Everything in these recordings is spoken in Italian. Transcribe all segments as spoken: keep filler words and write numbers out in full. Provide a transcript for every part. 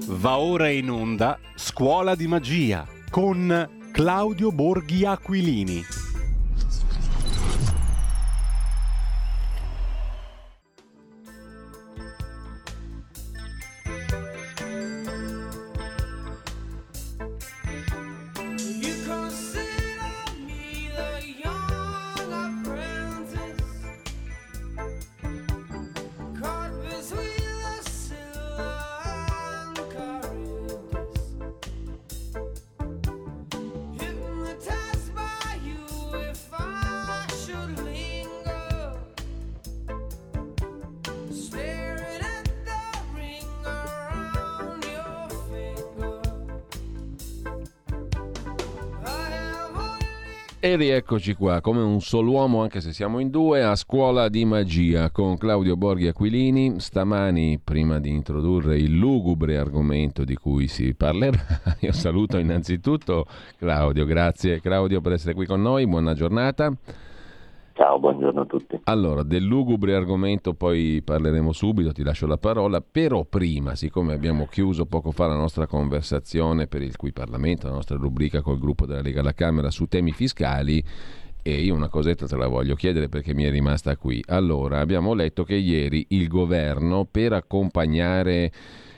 Va ora in onda Scuola di Magia con Claudio Borghi Aquilini. E rieccoci qua, come un solo uomo, anche se siamo in due, a Scuola di Magia con Claudio Borghi Aquilini. Stamani, prima di introdurre il lugubre argomento di cui si parlerà, io saluto innanzitutto Claudio. Grazie Claudio per essere qui con noi, buona giornata. Ciao, buongiorno a tutti. Allora, del lugubre argomento poi parleremo subito, ti lascio la parola, però prima, siccome abbiamo chiuso poco fa la nostra conversazione per il Qui Parlamento, la nostra rubrica col gruppo della Lega alla Camera su temi fiscali, e io una cosetta te la voglio chiedere perché mi è rimasta qui. Allora, abbiamo letto che ieri il governo, per accompagnare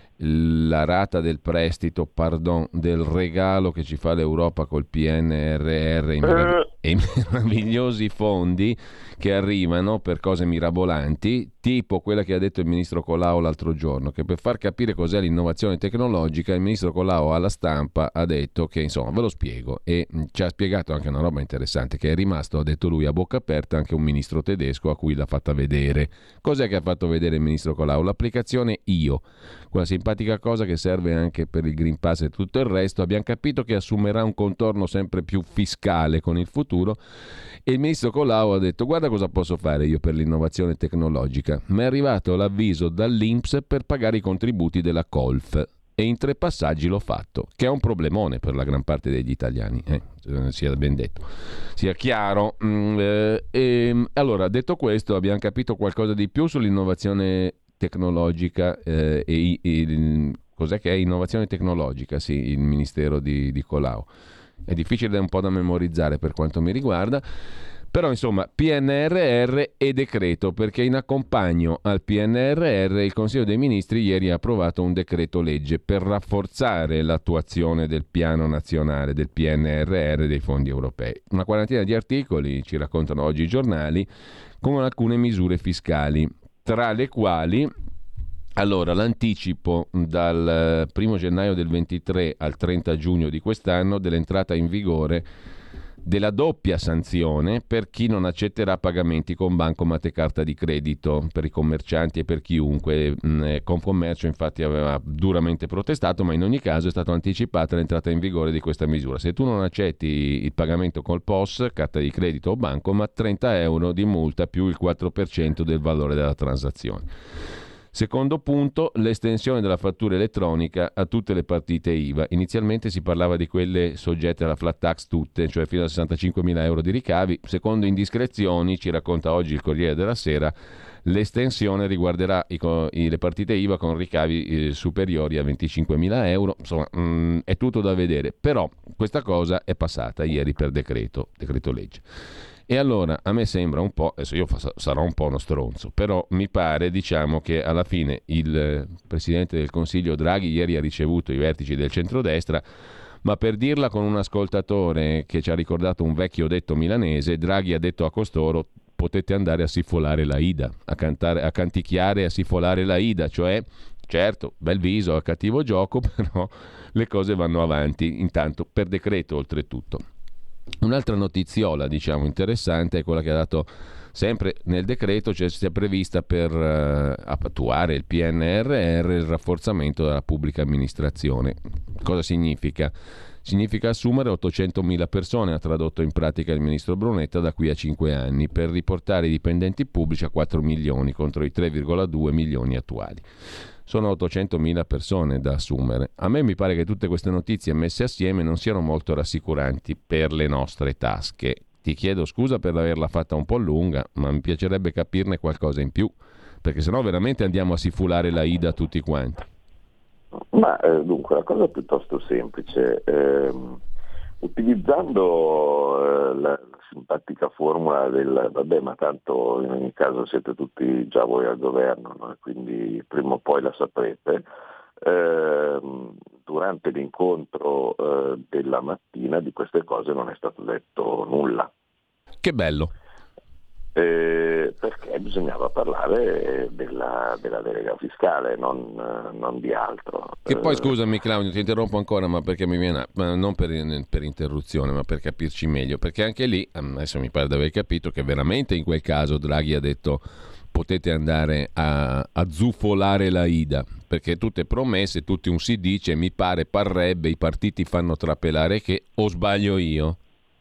la rata del prestito, pardon, del regalo che ci fa l'Europa col P N R R, i, merav- e i meravigliosi fondi che arrivano per cose mirabolanti, tipo quella che ha detto il ministro Colao l'altro giorno, che per far capire cos'è l'innovazione tecnologica il ministro Colao alla stampa ha detto che, insomma, ve lo spiego, e ci ha spiegato anche una roba interessante, che è rimasto, ha detto lui, a bocca aperta anche un ministro tedesco a cui l'ha fatta vedere. Cos'è che ha fatto vedere il ministro Colao? L'applicazione Io, quella simpatica cosa che serve anche per il Green Pass e tutto il resto. Abbiamo capito che assumerà un contorno sempre più fiscale con il futuro, e il ministro Colao ha detto: guarda cosa posso fare io per l'innovazione tecnologica. Mi è arrivato l'avviso dall'I N P S per pagare i contributi della Colf e in tre passaggi l'ho fatto, che è un problemone per la gran parte degli italiani, eh? Sia ben detto, sia chiaro. Mm, eh, e, allora, detto questo, abbiamo capito qualcosa di più sull'innovazione tecnologica eh, e, e cos'è che è innovazione tecnologica? Sì, il ministero di, di Colao. È difficile un po' da memorizzare per quanto mi riguarda, però insomma P N R R e decreto, perché in accompagno al P N R R il Consiglio dei Ministri ieri ha approvato un decreto legge per rafforzare l'attuazione del piano nazionale del P N R R dei fondi europei. Una quarantina di articoli, ci raccontano oggi i giornali, con alcune misure fiscali, tra le quali, allora, l'anticipo dal primo gennaio del ventitré al trenta giugno di quest'anno dell'entrata in vigore della doppia sanzione per chi non accetterà pagamenti con bancomat e carta di credito, per i commercianti e per chiunque. Confcommercio infatti aveva duramente protestato, ma in ogni caso è stata anticipata l'entrata in vigore di questa misura. Se tu non accetti il pagamento col P O S, carta di credito o bancomat, trenta euro di multa più il quattro per cento del valore della transazione. Secondo punto, l'estensione della fattura elettronica a tutte le partite I V A. Inizialmente si parlava di quelle soggette alla flat tax tutte, cioè fino a sessantacinquemila euro di ricavi. Secondo indiscrezioni, ci racconta oggi il Corriere della Sera, l'estensione riguarderà i, i, le partite I V A con ricavi eh, superiori a venticinquemila euro. Insomma, mh, è tutto da vedere. Però questa cosa è passata ieri per decreto, decreto legge. E allora a me sembra un po', adesso io fa, sarò un po' uno stronzo, però mi pare, diciamo, che alla fine il Presidente del Consiglio Draghi ieri ha ricevuto i vertici del centrodestra, ma per dirla con un ascoltatore che ci ha ricordato un vecchio detto milanese, Draghi ha detto a costoro: potete andare a sifolare la Ida, a, cantare, a canticchiare e a sifolare la Ida, cioè, certo, bel viso, a cattivo gioco, però le cose vanno avanti, intanto per decreto oltretutto. Un'altra notiziola, diciamo, interessante è quella che ha dato sempre nel decreto, cioè sia prevista per uh, attuare il P N R R il rafforzamento della pubblica amministrazione. Cosa significa? Significa assumere ottocentomila persone, ha tradotto in pratica il ministro Brunetta, da qui a cinque anni, per riportare i dipendenti pubblici a quattro milioni contro i tre virgola due milioni attuali. Sono ottocentomila persone da assumere. A me mi pare che tutte queste notizie messe assieme non siano molto rassicuranti per le nostre tasche. Ti chiedo scusa per averla fatta un po' lunga, ma mi piacerebbe capirne qualcosa in più, perché sennò veramente andiamo a sifulare la Ida tutti quanti. Ma eh, dunque, la cosa è piuttosto semplice. Ehm, utilizzando eh, la, la simpatica formula del vabbè, ma tanto in ogni caso siete tutti già voi al governo, no? E quindi prima o poi la saprete. Ehm, durante l'incontro eh, della mattina di queste cose non è stato detto nulla. Che bello. Eh, perché bisognava parlare della, della delega fiscale, non, non di altro. Che poi, Eh, scusami Claudio, ti interrompo ancora, ma perché mi viene, ma non per, per interruzione, ma per capirci meglio, perché anche lì, adesso mi pare di aver capito che veramente in quel caso Draghi ha detto potete andare a, a zuffolare la Ida, perché tutte promesse, tutti un si dice, mi pare, parrebbe, i partiti fanno trapelare che, o sbaglio io?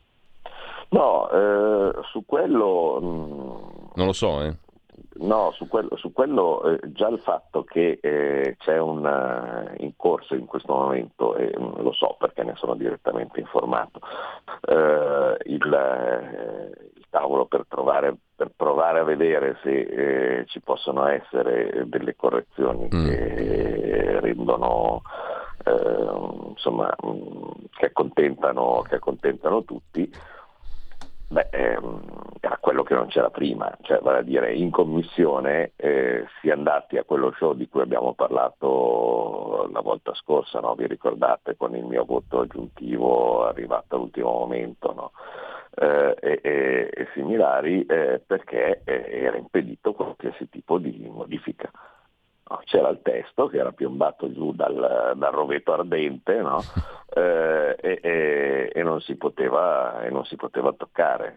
No, eh, su quello... mh, Non lo so, eh. No, su quello, su quello eh, già il fatto che eh, c'è un uh, in corso in questo momento, e mh, lo so perché ne sono direttamente informato, eh, il, eh, il tavolo per, trovare, per provare a vedere se eh, ci possono essere delle correzioni Mm. che rendono, eh, insomma, mh, che accontentano, che accontentano tutti. Beh, ehm, era quello che non c'era prima, cioè vale a dire in commissione eh, si è andati a quello show di cui abbiamo parlato la volta scorsa, no? Vi ricordate, con il mio voto aggiuntivo arrivato all'ultimo momento, no? eh, e, e, e similari, eh, perché eh, era impedito qualsiasi tipo di modifica. No, c'era il testo che era piombato giù dal, dal roveto ardente, no? eh, e, e, e, non si poteva, e non si poteva toccare,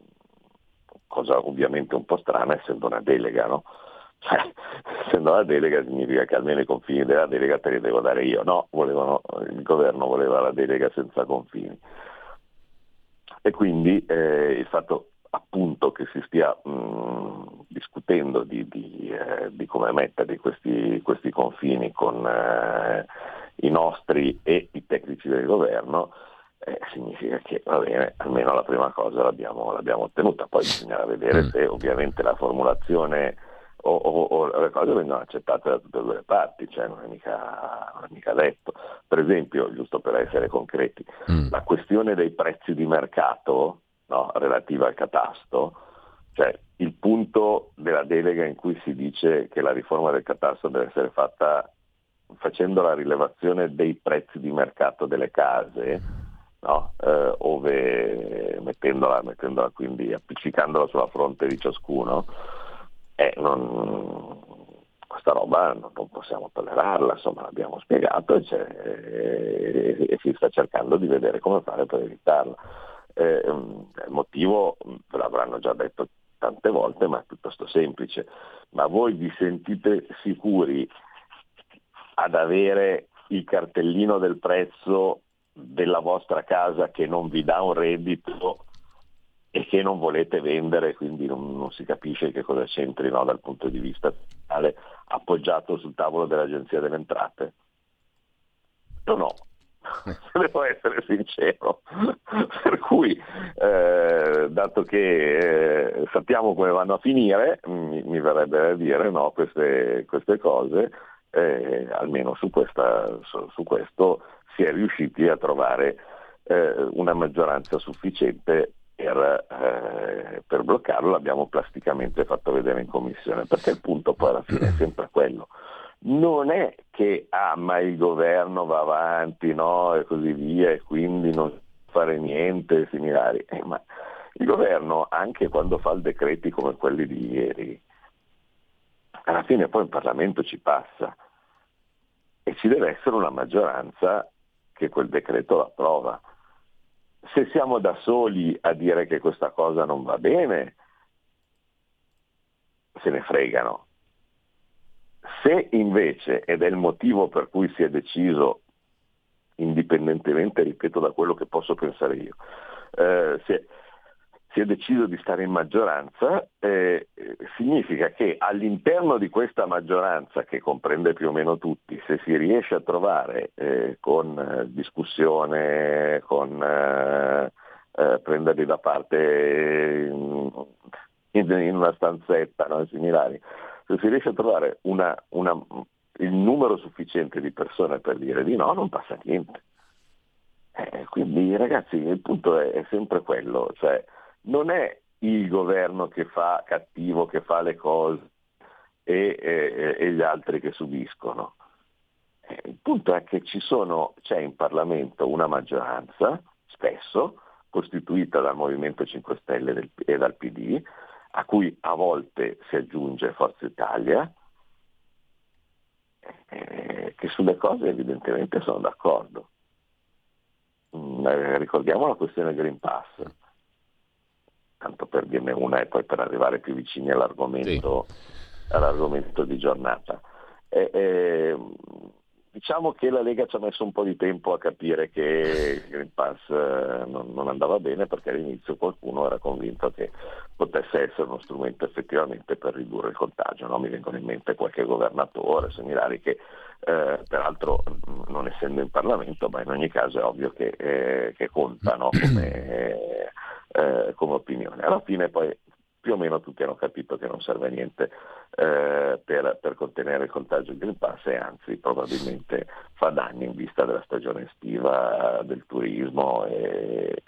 cosa ovviamente un po' strana essendo una delega, no? Cioè, essendo una delega significa che almeno i confini della delega te li devo dare io, no? Volevano, il governo voleva la delega senza confini. E quindi eh, il fatto appunto che si stia mh, discutendo di, di, eh, di come mettere questi, questi confini con eh, i nostri e i tecnici del governo eh, significa che va bene, almeno la prima cosa l'abbiamo, l'abbiamo ottenuta, poi bisognerà vedere Mm. se ovviamente la formulazione o, o, o le cose vengono accettate da tutte e due le parti, cioè non è mica, non è mica detto. Per esempio, giusto per essere concreti, Mm. la questione dei prezzi di mercato, no, relativa al catasto, cioè il punto della delega in cui si dice che la riforma del catasto deve essere fatta facendo la rilevazione dei prezzi di mercato delle case, no, eh, ove mettendola, mettendola quindi appiccicandola sulla fronte di ciascuno, eh, non, questa roba non, non possiamo tollerarla, insomma l'abbiamo spiegato e, c'è, e, e si sta cercando di vedere come fare per evitarla. Eh, il motivo ve l'avranno già detto tante volte, ma è piuttosto semplice. Ma voi vi sentite sicuri ad avere il cartellino del prezzo della vostra casa che non vi dà un reddito e che non volete vendere, quindi non, non si capisce che cosa c'entri, no, dal punto di vista fiscale, appoggiato sul tavolo dell'Agenzia delle Entrate? No, no, se devo essere sincero. Per cui, eh, dato che eh, sappiamo come vanno a finire, mi, mi verrebbe da dire no, queste, queste cose, eh, almeno su, questa, su, su questo si è riusciti a trovare eh, una maggioranza sufficiente per, eh, per bloccarlo. L'abbiamo plasticamente fatto vedere in commissione, perché il punto poi alla fine è sempre quello. Non è che ah, ma il governo va avanti, no, e così via, e quindi non fare niente similari, eh, ma il governo anche quando fa decreti come quelli di ieri, alla fine poi in Parlamento ci passa e ci deve essere una maggioranza che quel decreto lo approva. Se siamo da soli a dire che questa cosa non va bene, se ne fregano. Se invece, ed è il motivo per cui si è deciso, indipendentemente, ripeto, da quello che posso pensare io, eh, si, è, si è deciso di stare in maggioranza, eh, significa che all'interno di questa maggioranza, che comprende più o meno tutti, se si riesce a trovare eh, con eh, discussione, con eh, eh, prenderli da parte in, in una stanzetta, no, similari, se si riesce a trovare una, una il numero sufficiente di persone per dire di no, non passa niente. Eh, quindi ragazzi, il punto è, è sempre quello, cioè non è il governo che fa cattivo, che fa le cose e, e, e gli altri che subiscono. Eh, il punto è che ci sono, c'è in Parlamento una maggioranza, spesso, costituita dal Movimento cinque Stelle del, e dal P D, a cui a volte si aggiunge Forza Italia, eh, che sulle cose evidentemente sono d'accordo. Mm, eh, ricordiamo la questione Green Pass, tanto per dirne una e poi per arrivare più vicini all'argomento, sì. all'argomento di giornata. Eh, eh, diciamo che la Lega ci ha messo un po' di tempo a capire che il Green Pass eh, non, non andava bene, perché all'inizio qualcuno era convinto che potesse essere uno strumento effettivamente per ridurre il contagio, no? Mi vengono in mente qualche governatore, similari che eh, peraltro non essendo in Parlamento, ma in ogni caso è ovvio che, eh, che contano come, eh, eh, come opinione. Alla fine poi più o meno tutti hanno capito che non serve a niente eh, per, per contenere il contagio del Green Pass, e anzi probabilmente fa danni in vista della stagione estiva, del turismo e,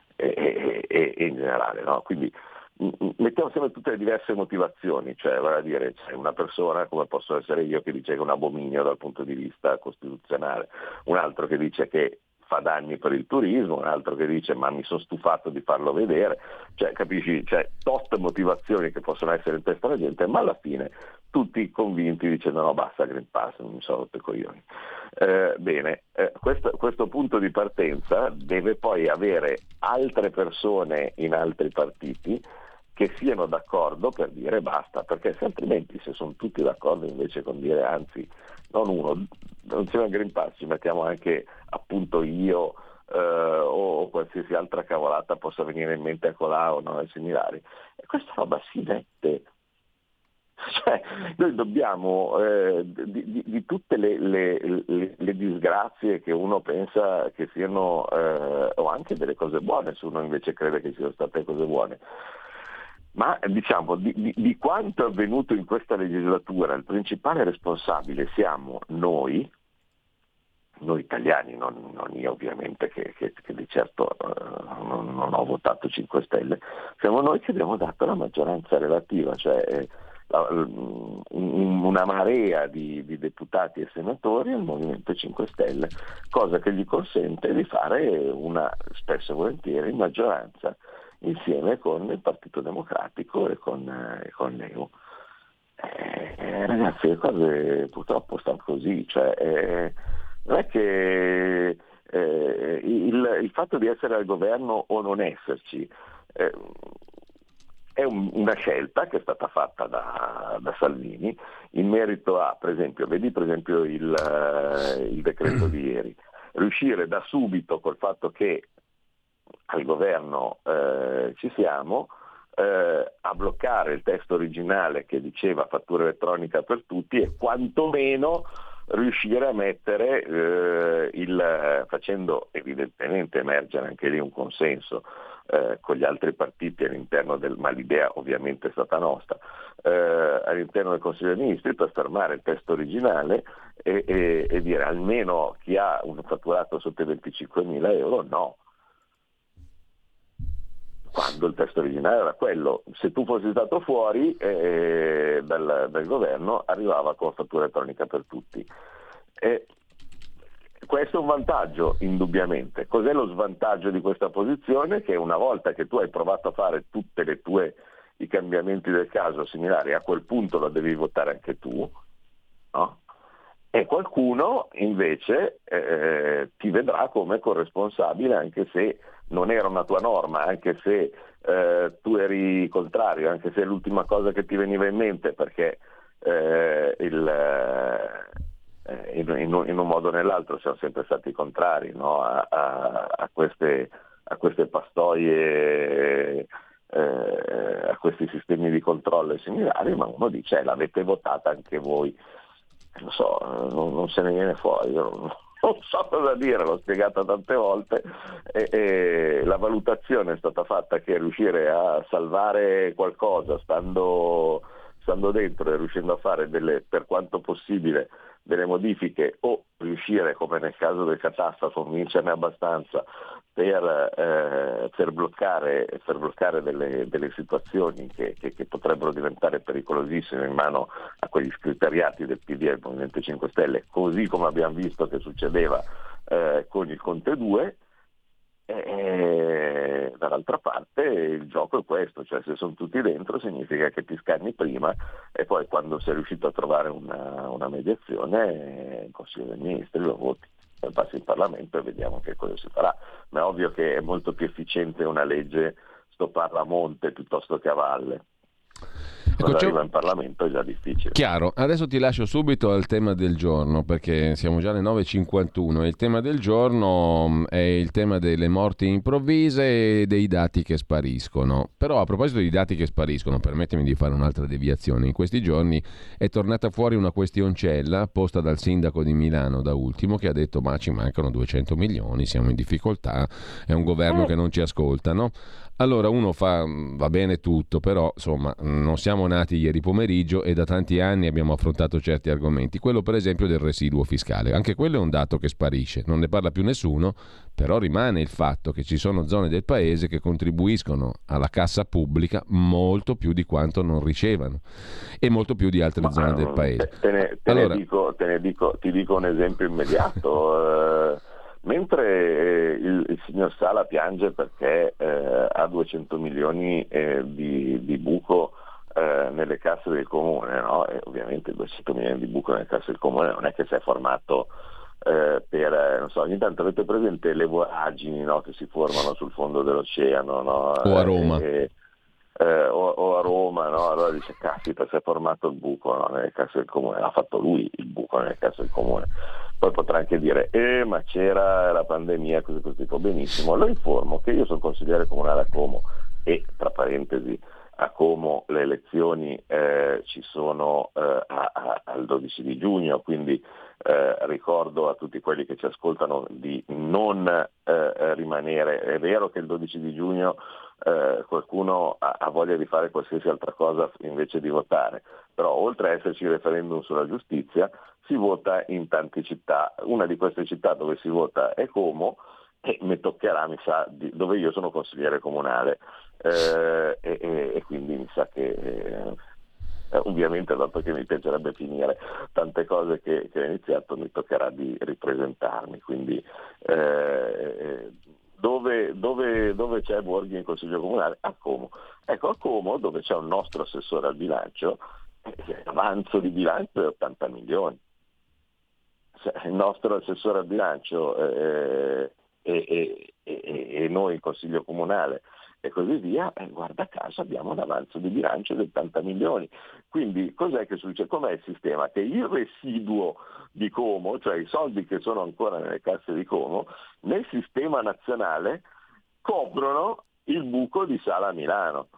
e, e, e in generale, no? Quindi mettiamo sempre tutte le diverse motivazioni, cioè vale a dire c'è una persona come posso essere io che dice che è un abominio dal punto di vista costituzionale, un altro che dice che fa danni per il turismo, un altro che dice ma mi sono stufato di farlo vedere, cioè capisci, c'è tot motivazioni che possono essere in testa alla gente, ma alla fine tutti convinti dicendo no basta Green Pass, non mi sono rotto i coglioni. Eh, bene, eh, questo, questo punto di partenza deve poi avere altre persone in altri partiti che siano d'accordo per dire basta, perché se altrimenti se sono tutti d'accordo invece con dire anzi non uno, non c'è un Green Pass, ci mettiamo anche appunto io eh, o qualsiasi altra cavolata possa venire in mente a Colau, no? E similari, e questa roba si mette. Cioè, noi dobbiamo eh, di, di, di tutte le, le, le, le disgrazie che uno pensa che siano eh, o anche delle cose buone, se uno invece crede che siano state cose buone, ma diciamo di, di, di quanto è avvenuto in questa legislatura il principale responsabile siamo noi, noi italiani, non, non io ovviamente che, che, che di certo uh, non, non ho votato cinque Stelle, siamo noi che abbiamo dato la maggioranza relativa, cioè eh, la, um, una marea di, di deputati e senatori al Movimento cinque Stelle, cosa che gli consente di fare una spesso e volentieri maggioranza insieme con il Partito Democratico e con, eh, con l'E U. Eh, ragazzi, le cose purtroppo stanno così, cioè eh, non è che eh, il, il fatto di essere al governo o non esserci eh, è un, una scelta che è stata fatta da, da Salvini in merito a, per esempio, vedi per esempio il, uh, il decreto di ieri, riuscire da subito col fatto che al governo eh, ci siamo, eh, a bloccare il testo originale che diceva fattura elettronica per tutti e quantomeno riuscire a mettere eh, il, facendo evidentemente emergere anche lì un consenso eh, con gli altri partiti all'interno del, ma l'idea ovviamente è stata nostra, eh, all'interno del Consiglio dei Ministri per fermare il testo originale e, e, e dire almeno chi ha un fatturato sotto i venticinquemila euro no. Quando il testo originale era quello, se tu fossi stato fuori eh, dal, dal governo arrivava con fattura elettronica per tutti. E questo è un vantaggio indubbiamente. Cos'è lo svantaggio di questa posizione? Che una volta che tu hai provato a fare tutte le tue i cambiamenti del caso similari, a quel punto lo devi votare anche tu, no? E qualcuno invece eh, ti vedrà come corresponsabile anche se non era una tua norma, anche se eh, tu eri contrario, anche se è l'ultima cosa che ti veniva in mente, perché eh, il, eh, in, in, un, in un modo o nell'altro siamo sempre stati contrari, no? a, a, a, queste, a queste pastoie, eh, a questi sistemi di controllo e similari, ma uno dice eh, l'avete votata anche voi. Non so, non, non se ne viene fuori, io non, non so cosa dire, l'ho spiegata tante volte e, e la valutazione è stata fatta che riuscire a salvare qualcosa stando, stando dentro e riuscendo a fare delle, per quanto possibile delle modifiche o riuscire, come nel caso del catasto, a convincerne abbastanza per, eh, per bloccare, per bloccare delle, delle situazioni che, che, che potrebbero diventare pericolosissime in mano a quegli scriteriati del P D e del Movimento cinque Stelle, così come abbiamo visto che succedeva eh, con il Conte due. E dall'altra parte il gioco è questo, cioè se sono tutti dentro significa che ti scanni prima e poi quando sei riuscito a trovare una, una mediazione il Consiglio dei Ministri lo voti, poi passi in Parlamento e vediamo che cosa si farà. Ma è ovvio che è molto più efficiente una legge stopparla a monte piuttosto che a valle. Quando ecco, arriva in Parlamento è già difficile. Chiaro, adesso ti lascio subito al tema del giorno perché siamo già alle nove e cinquantuno e il tema del giorno è il tema delle morti improvvise e dei dati che spariscono. Però a proposito dei dati che spariscono, permettimi di fare un'altra deviazione. In questi giorni è tornata fuori una questioncella posta dal sindaco di Milano da ultimo che ha detto ma ci mancano duecento milioni, siamo in difficoltà, è un governo che non ci ascolta, no? Allora uno fa, va bene tutto, però insomma non siamo nati ieri pomeriggio e da tanti anni abbiamo affrontato certi argomenti. Quello per esempio del residuo fiscale, anche quello è un dato che sparisce, non ne parla più nessuno, però rimane il fatto che ci sono zone del paese che contribuiscono alla cassa pubblica molto più di quanto non ricevano e molto più di altre Ma, zone del paese. Te ne, te allora, ne dico, te ne dico, ti dico un esempio immediato. eh, Mentre eh, il, il signor Sala piange perché eh, ha duecento milioni eh, di, di buco eh, nelle casse del comune, no? E ovviamente duecento milioni di buco nelle casse del comune non è che si è formato eh, per, eh, non so, ogni tanto avete presente le voragini, no? Che si formano sul fondo dell'oceano, no? O a Roma. E, eh, o, o a Roma, no? Allora dice, caspita, si è formato il buco, no? Nelle casse del comune, l'ha fatto lui il buco nelle casse del comune. Poi potrà anche dire, eh ma c'era la pandemia, così così, dico benissimo. Lo informo che io sono consigliere comunale a Como e, tra parentesi, a Como le elezioni eh, ci sono eh, a, a, al dodici di giugno, quindi eh, ricordo a tutti quelli che ci ascoltano di non eh, rimanere. È vero che il dodici di giugno eh, qualcuno ha, ha voglia di fare qualsiasi altra cosa invece di votare, però oltre a esserci il referendum sulla giustizia, si vota in tante città. Una di queste città dove si vota è Como e mi toccherà, mi sa, di, dove io sono consigliere comunale eh, e, e, e quindi mi sa che eh, ovviamente, dato che mi piacerebbe finire tante cose che, che ho iniziato, mi toccherà di ripresentarmi. Quindi eh, dove, dove, dove c'è Borghi in consiglio comunale? A Como. Ecco, a Como, dove c'è un nostro assessore al bilancio, l'avanzo di bilancio è ottanta milioni. Il nostro assessore al bilancio eh, e, e, e, e noi il Consiglio Comunale e così via, e guarda caso abbiamo un avanzo di bilancio di ottanta milioni. Quindi cos'è che succede? Com'è il sistema? Che il residuo di Como, cioè i soldi che sono ancora nelle casse di Como, nel sistema nazionale coprono il buco di Sala Milano.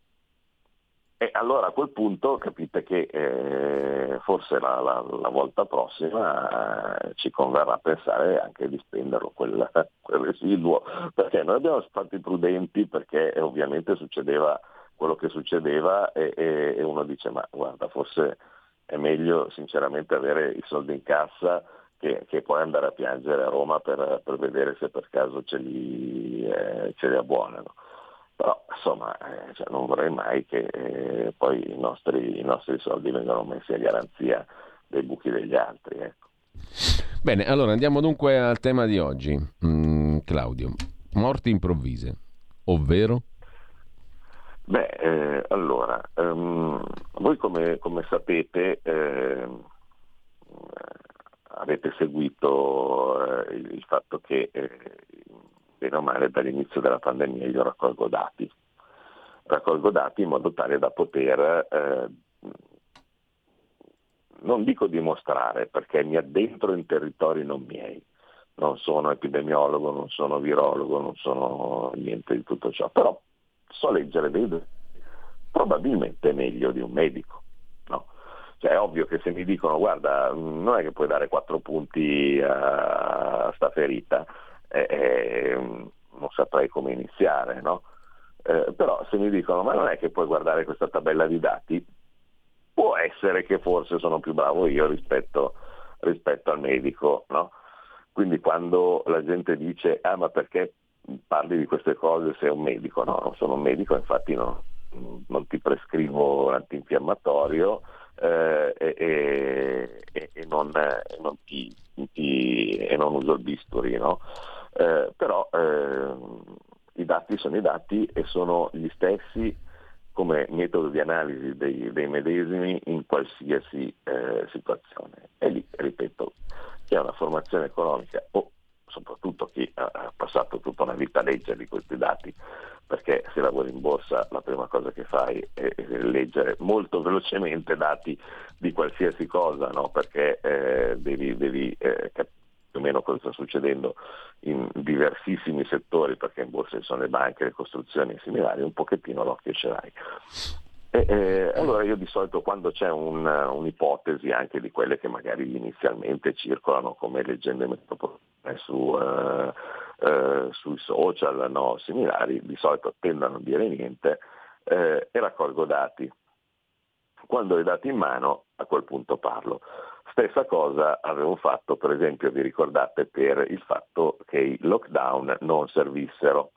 E allora a quel punto capite che eh, forse la, la, la volta prossima eh, ci converrà pensare anche di spenderlo quel, quel residuo, perché noi abbiamo stati prudenti, perché ovviamente succedeva quello che succedeva e, e, e uno dice ma guarda, forse è meglio sinceramente avere i soldi in cassa che, che poi andare a piangere a Roma per, per vedere se per caso ce li, eh, ce li abbonano. Però insomma eh, cioè, non vorrei mai che eh, poi i nostri, i nostri soldi vengano messi a garanzia dei buchi degli altri. Ecco. Bene, allora andiamo dunque al tema di oggi. Mm, Claudio, morti improvvise, ovvero? Beh, eh, allora, um, voi come, come sapete eh, avete seguito eh, il, il fatto che eh, bene o male dall'inizio della pandemia io raccolgo dati, raccolgo dati in modo tale da poter, eh, non dico dimostrare, perché mi addentro in territori non miei, non sono epidemiologo, non sono virologo, non sono niente di tutto ciò, però so leggere dei dati, probabilmente meglio di un medico, no? Cioè è ovvio che se mi dicono guarda, non è che puoi dare quattro punti a sta ferita, Eh, non saprei come iniziare, no? Eh, però se mi dicono ma non è che puoi guardare questa tabella di dati, può essere che forse sono più bravo io rispetto rispetto al medico, no? Quindi quando la gente dice ah ma perché parli di queste cose, sei un medico? No, non sono un medico, infatti no, non ti prescrivo l'antinfiammatorio eh, e, e, e, non, e, non ti, ti, e non uso il bisturi, no? Eh, però eh, i dati sono i dati e sono gli stessi come metodo di analisi dei, dei medesimi in qualsiasi eh, situazione. E lì, ripeto, chi ha una formazione economica o soprattutto chi ha passato tutta una vita a leggerli questi dati, perché se lavori in borsa la prima cosa che fai è leggere molto velocemente dati di qualsiasi cosa, no? Perché eh, devi, devi eh, capire più o meno cosa sta succedendo in diversissimi settori, perché in borsa ci sono le banche, le costruzioni e similari, un pochettino l'occhio ce l'hai. E, eh, allora io di solito quando c'è un, un'ipotesi anche di quelle che magari inizialmente circolano come leggende metropolitane su, eh, eh, sui social, no, similari, di solito tendono a non dire niente eh, e raccolgo dati. Quando ho i dati in mano a quel punto parlo. Stessa cosa avevo fatto, per esempio, vi ricordate, per il fatto che i lockdown non servissero.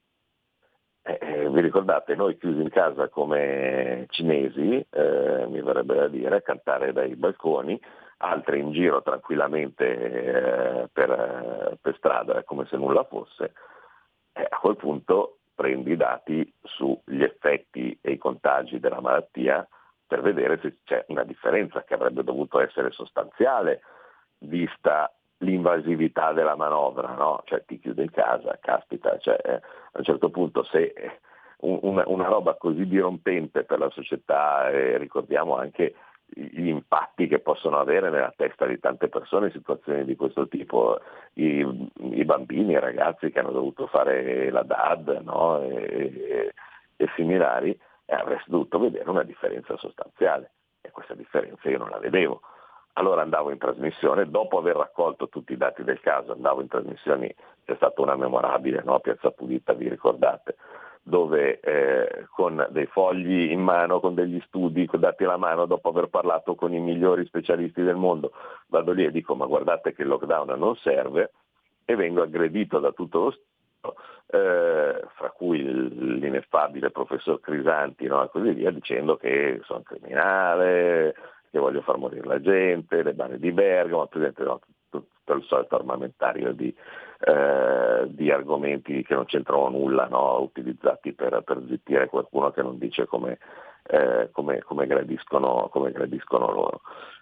Eh, vi ricordate, noi chiusi in casa come cinesi, eh, mi verrebbe da dire, cantare dai balconi, altri in giro tranquillamente eh, per, per strada come se nulla fosse, eh, a quel punto prendi i dati sugli effetti e i contagi della malattia per vedere se c'è una differenza che avrebbe dovuto essere sostanziale vista l'invasività della manovra, no? Cioè ti chiude in casa, caspita, cioè, eh, a un certo punto se un, una, una roba così dirompente per la società, eh, ricordiamo anche gli impatti che possono avere nella testa di tante persone in situazioni di questo tipo, i, i bambini, i ragazzi che hanno dovuto fare la D A D, no? e, e, e similari, e avresti dovuto vedere una differenza sostanziale e questa differenza io non la vedevo. Allora andavo in trasmissione, dopo aver raccolto tutti i dati del caso, andavo in trasmissioni, c'è stata una memorabile, no? Piazza Pulita, vi ricordate, dove eh, con dei fogli in mano, con degli studi dati alla mano, dopo aver parlato con i migliori specialisti del mondo, vado lì e dico ma guardate che il lockdown non serve e vengo aggredito da tutto lo studio, eh, fra cui l'ineffabile professor Crisanti, no? E così via, dicendo che sono criminale, che voglio far morire la gente, le bande di Bergamo, no, tutto il solito armamentario di, eh, di argomenti che non c'entrano nulla, no? Utilizzati per, per zittire qualcuno che non dice come, eh, come, come, gradiscono, come gradiscono loro.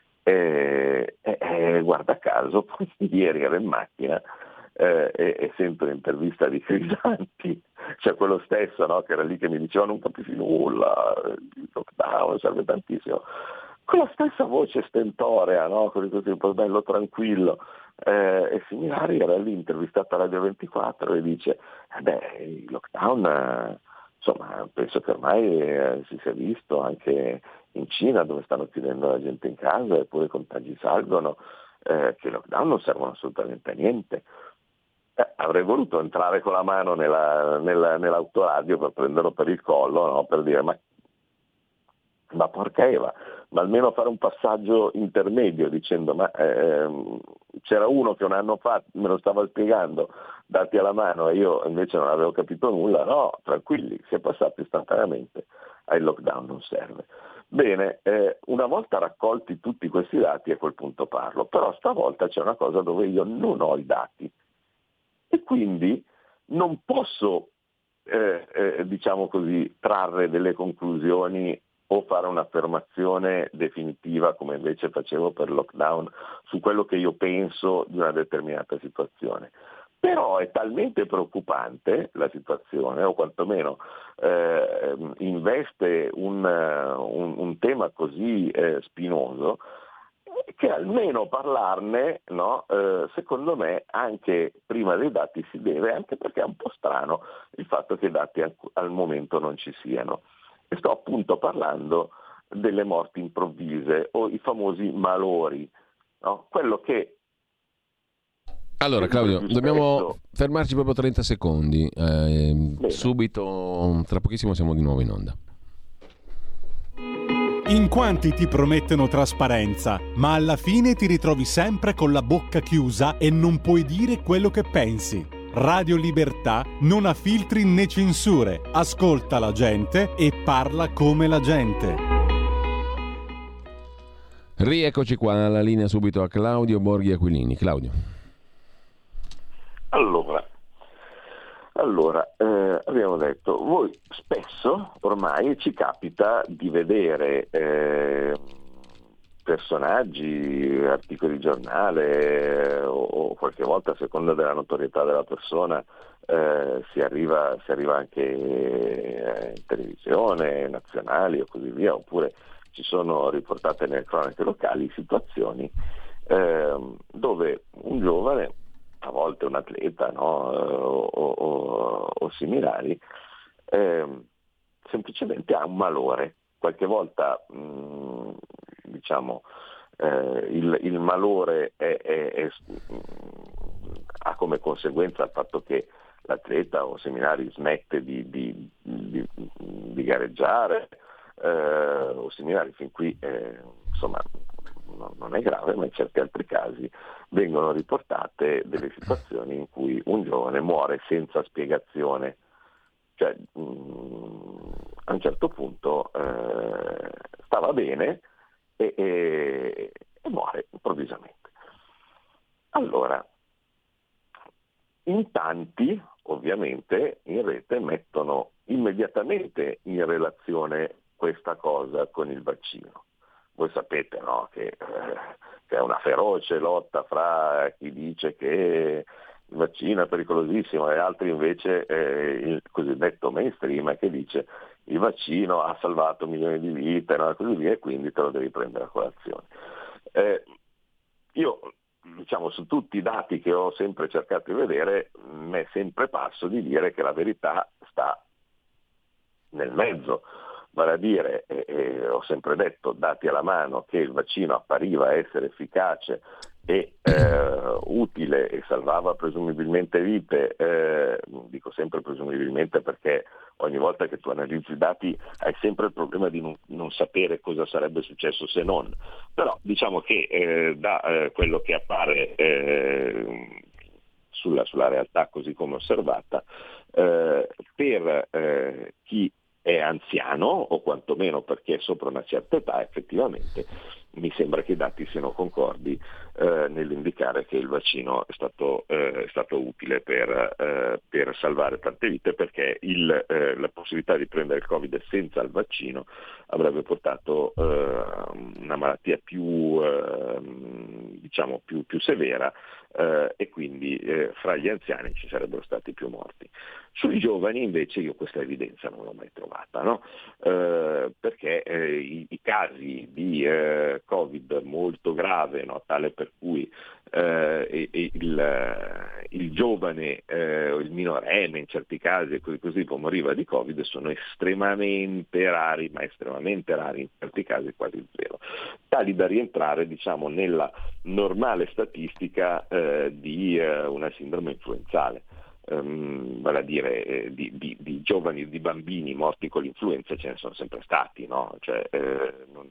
E, e, e guarda caso, ieri ero in macchina eh, e, e sento l'intervista di Crisanti, cioè quello stesso, no? Che era lì che mi diceva non capisci nulla, il lockdown serve tantissimo, con la stessa voce stentorea, no? Così, così un po' bello tranquillo, eh, e similari, era lì intervistata a Radio ventiquattro e dice eh beh, il lockdown eh, insomma penso che ormai eh, si sia visto anche in Cina, dove stanno chiudendo la gente in casa eppure i contagi salgono, eh, che i lockdown non servono assolutamente a niente. Eh, avrei voluto entrare con la mano nella, nella, nell'autoradio per prenderlo per il collo, no? Per dire ma, ma porca Eva, ma almeno fare un passaggio intermedio dicendo ma ehm, c'era uno che un anno fa me lo stava spiegando dati alla mano e io invece non avevo capito nulla. No, tranquilli, si è passato istantaneamente al lockdown, non serve. Bene, eh, una volta raccolti tutti questi dati a quel punto parlo, però stavolta c'è una cosa dove io non ho i dati e quindi non posso eh, eh, diciamo così trarre delle conclusioni o fare un'affermazione definitiva come invece facevo per lockdown su quello che io penso di una determinata situazione. Però è talmente preoccupante la situazione, o quantomeno eh, investe un, un, un tema così eh, spinoso, che almeno parlarne, no, eh, secondo me, anche prima dei dati si deve, anche perché è un po' strano il fatto che i dati al, al momento non ci siano. E sto appunto parlando delle morti improvvise o i famosi malori, no? Quello che allora Claudio, dobbiamo fermarci proprio trenta secondi, eh, subito, tra pochissimo siamo di nuovo in onda. In quanti ti promettono trasparenza, ma alla fine ti ritrovi sempre con la bocca chiusa e non puoi dire quello che pensi. Radio Libertà non ha filtri né censure, ascolta la gente e parla come la gente. Rieccoci qua alla linea subito a Claudio Borghi Aquilini. Claudio. Allora, allora eh, abbiamo detto, voi spesso ormai ci capita di vedere eh, personaggi, articoli di giornale eh, o, o qualche volta a seconda della notorietà della persona eh, si arriva, si arriva anche eh, in televisione, nazionali o così via, oppure ci sono riportate nelle cronache locali situazioni eh, dove un giovane, a volte un atleta, no, o, o, o similari, eh, semplicemente ha un malore. Qualche volta mh, diciamo eh, il, il malore è, è, è, ha come conseguenza il fatto che l'atleta o seminari smette di, di, di, di gareggiare eh, o seminari fin qui eh, insomma non è grave, ma in certi altri casi vengono riportate delle situazioni in cui un giovane muore senza spiegazione. Cioè, mh, a un certo punto eh, stava bene e, e, e muore improvvisamente. Allora, in tanti ovviamente in rete mettono immediatamente in relazione questa cosa con il vaccino. Voi sapete, no, che eh, c'è una feroce lotta fra chi dice che il vaccino è pericolosissimo e altri invece eh, il cosiddetto mainstream che dice il vaccino ha salvato milioni di vite, no, e così via, e quindi te lo devi prendere a colazione. Eh, io, diciamo, su tutti i dati che ho sempre cercato di vedere, mi è sempre parso di dire che la verità sta nel mezzo. Vale a dire, eh, eh, ho sempre detto, dati alla mano, che il vaccino appariva essere efficace e eh, utile e salvava presumibilmente vite, eh, dico sempre presumibilmente perché ogni volta che tu analizzi i dati hai sempre il problema di non, non sapere cosa sarebbe successo se non, però diciamo che eh, da eh, quello che appare eh, sulla, sulla realtà così come osservata, eh, per eh, chi è anziano o quantomeno perché è sopra una certa età, effettivamente mi sembra che i dati siano concordi eh, nell'indicare che il vaccino è stato, eh, è stato utile per, eh, per salvare tante vite, perché il, eh, la possibilità di prendere il Covid senza il vaccino avrebbe portato eh, una malattia più, eh, diciamo più, più severa eh, e quindi eh, fra gli anziani ci sarebbero stati più morti. Sui giovani invece io questa evidenza non l'ho mai trovata, no? eh, perché eh, i, i casi di eh, Covid molto grave, no? Tale per cui eh, il, il giovane eh, o il minorenne in certi casi e così, così poi moriva di Covid sono estremamente rari, ma estremamente rari, in certi casi quasi zero, tali da rientrare diciamo nella normale statistica eh, di eh, una sindrome influenzale. Um, vale a dire eh, di, di, di giovani, di bambini morti con l'influenza ce ne sono sempre stati, no? Cioè, eh, non,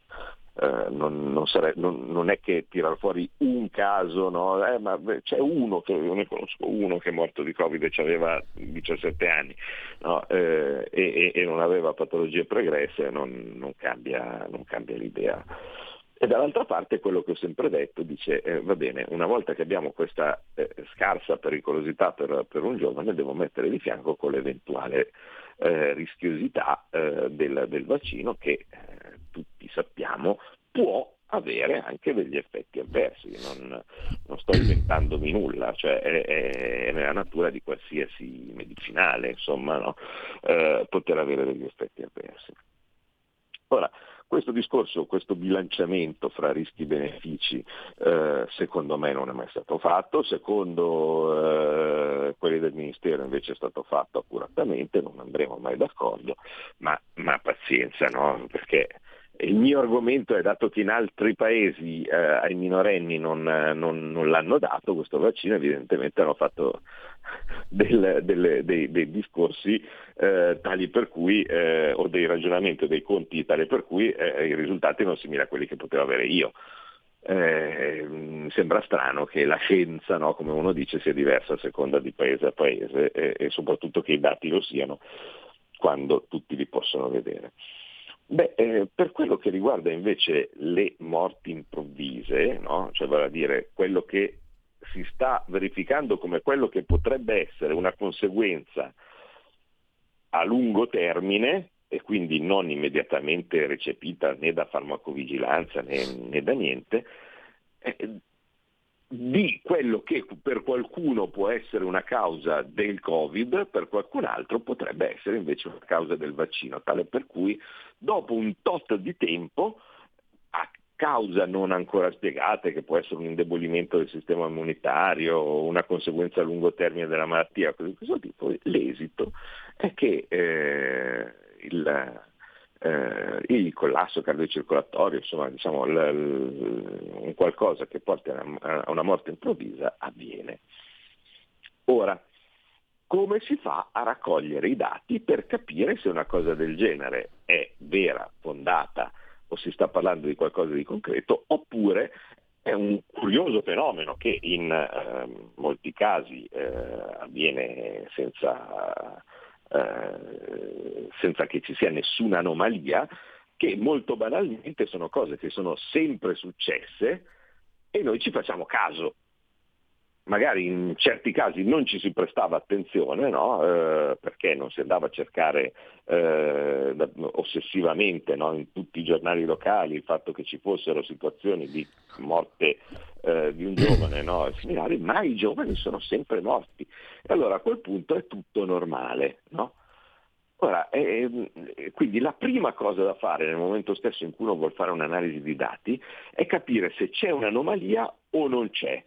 eh, non, non, sare- non, non è che tirare fuori un caso, no? Eh, ma c'è uno, che io ne conosco uno che è morto di Covid e aveva diciassette anni, no? eh, e, e non aveva patologie pregresse, non, non, cambia, non cambia l'idea. E dall'altra parte quello che ho sempre detto dice eh, va bene, una volta che abbiamo questa eh, scarsa pericolosità per, per un giovane, devo mettere di fianco con l'eventuale eh, rischiosità eh, del, del vaccino che eh, tutti sappiamo può avere anche degli effetti avversi. Non, non sto inventandomi nulla, cioè è, è nella natura di qualsiasi medicinale, insomma, no? eh, poter avere degli effetti avversi. Ora, questo discorso, questo bilanciamento fra rischi e benefici, eh, secondo me non è mai stato fatto, secondo eh, quelli del Ministero invece è stato fatto accuratamente, non andremo mai d'accordo, ma, ma pazienza, no? Perché Il mio argomento è, dato che in altri paesi eh, ai minorenni non, non, non l'hanno dato questo vaccino, evidentemente hanno fatto del, delle, dei, dei discorsi eh, tali per cui, eh, o dei ragionamenti o dei conti tali per cui eh, i risultati non simili a quelli che potevo avere io. Eh, sembra strano che la scienza, no, come uno dice, sia diversa a seconda di paese a paese e, e soprattutto che i dati lo siano quando tutti li possono vedere. Beh, eh, per quello che riguarda invece le morti improvvise, no? Cioè vale a dire quello che si sta verificando come quello che potrebbe essere una conseguenza a lungo termine e quindi non immediatamente recepita né da farmacovigilanza né, né da niente, eh, di quello che per qualcuno può essere una causa del Covid, per qualcun altro potrebbe essere invece una causa del vaccino, tale per cui dopo un tot di tempo, a causa non ancora spiegata, che può essere un indebolimento del sistema immunitario o una conseguenza a lungo termine della malattia, così di questo tipo, l'esito è che eh, il Eh, il collasso cardiocircolatorio, insomma, diciamo, l, l, un qualcosa che porta a una morte improvvisa avviene. Ora, come si fa a raccogliere i dati per capire se una cosa del genere è vera, fondata o si sta parlando di qualcosa di concreto, oppure è un curioso fenomeno che in eh, molti casi eh, avviene senza Eh, senza che ci sia nessuna anomalia, che molto banalmente sono cose che sono sempre successe e noi ci facciamo caso. Magari in certi casi non ci si prestava attenzione, no? eh, perché non si andava a cercare eh, ossessivamente, no? In tutti i giornali locali il fatto che ci fossero situazioni di morte eh, di un giovane, no? Similari, ma i giovani sono sempre morti. E allora a quel punto è tutto normale, no? Ora, eh, quindi la prima cosa da fare nel momento stesso in cui uno vuole fare un'analisi di dati è capire se c'è un'anomalia o non c'è.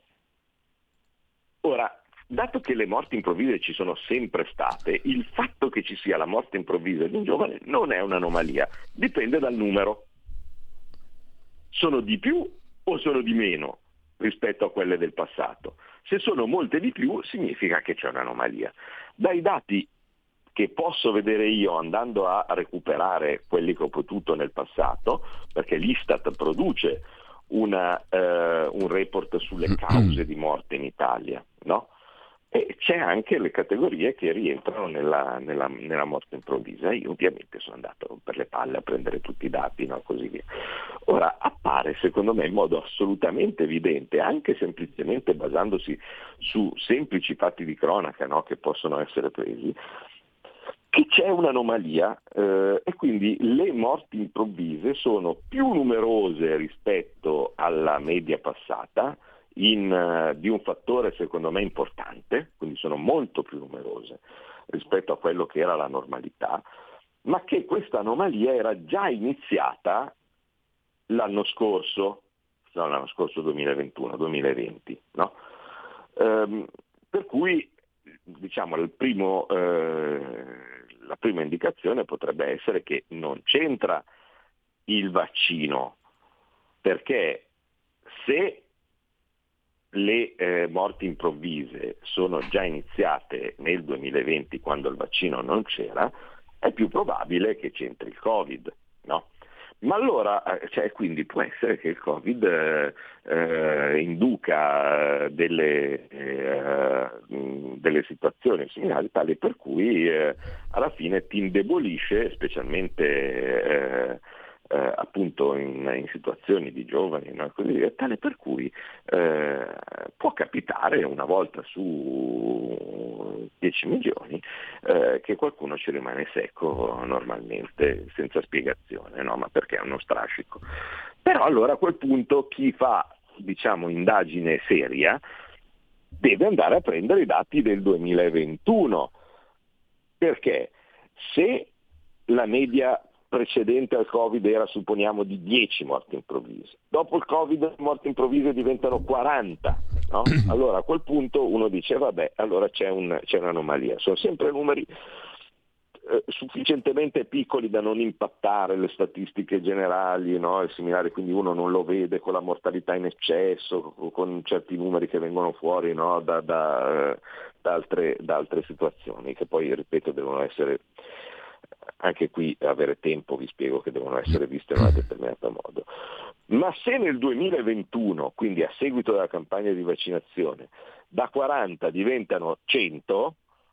Ora, dato che le morti improvvise ci sono sempre state, il fatto che ci sia la morte improvvisa di un giovane non è un'anomalia, dipende dal numero. Sono di più o sono di meno rispetto a quelle del passato? Se sono molte di più significa che c'è un'anomalia. Dai dati che posso vedere io andando a recuperare quelli che ho potuto nel passato, perché l'Istat produce una, eh, un report sulle cause di morte in Italia, no? E c'è anche le categorie che rientrano nella, nella, nella morte improvvisa. Io ovviamente sono andato per le palle a prendere tutti i dati, no? Così via. Ora appare secondo me in modo assolutamente evidente, anche semplicemente basandosi su semplici fatti di cronaca, no? Che possono essere presi, che c'è un'anomalia eh, e quindi le morti improvvise sono più numerose rispetto alla media passata in, uh, di un fattore secondo me importante, quindi sono molto più numerose rispetto a quello che era la normalità, ma che questa anomalia era già iniziata l'anno scorso, no, l'anno scorso duemilaventuno duemilaventi, no? Ehm, per cui diciamo il primo eh, la prima indicazione potrebbe essere che non c'entra il vaccino, perché se le eh, morti improvvise sono già iniziate nel duemilaventi quando il vaccino non c'era, è più probabile che c'entri il Covid, no? Ma allora, cioè, quindi può essere che il Covid eh, eh, induca delle, eh, delle situazioni similari tali per cui eh, alla fine ti indebolisce, specialmente eh, eh, appunto in, in situazioni di giovani, no? Così via, tale per cui eh, può capitare una volta su dieci milioni eh, che qualcuno ci rimane secco normalmente senza spiegazione, no? Ma perché è uno strascico. Però allora a quel punto chi fa, diciamo, indagine seria deve andare a prendere i dati del duemilaventuno, perché se la media precedente al Covid era, supponiamo, di dieci morti improvvise, dopo il Covid le morti improvvise diventano quaranta, no? Allora a quel punto uno dice vabbè, allora c'è, un, c'è un'anomalia. Sono sempre numeri eh, sufficientemente piccoli da non impattare le statistiche generali, no? E similari, quindi uno non lo vede con la mortalità in eccesso, con certi numeri che vengono fuori, no? da, da, da, altre, da altre situazioni, che poi, ripeto, devono essere, anche qui avere tempo, vi spiego che devono essere viste in un determinato modo. Ma se nel duemilaventuno, quindi a seguito della campagna di vaccinazione, da quaranta diventano cento,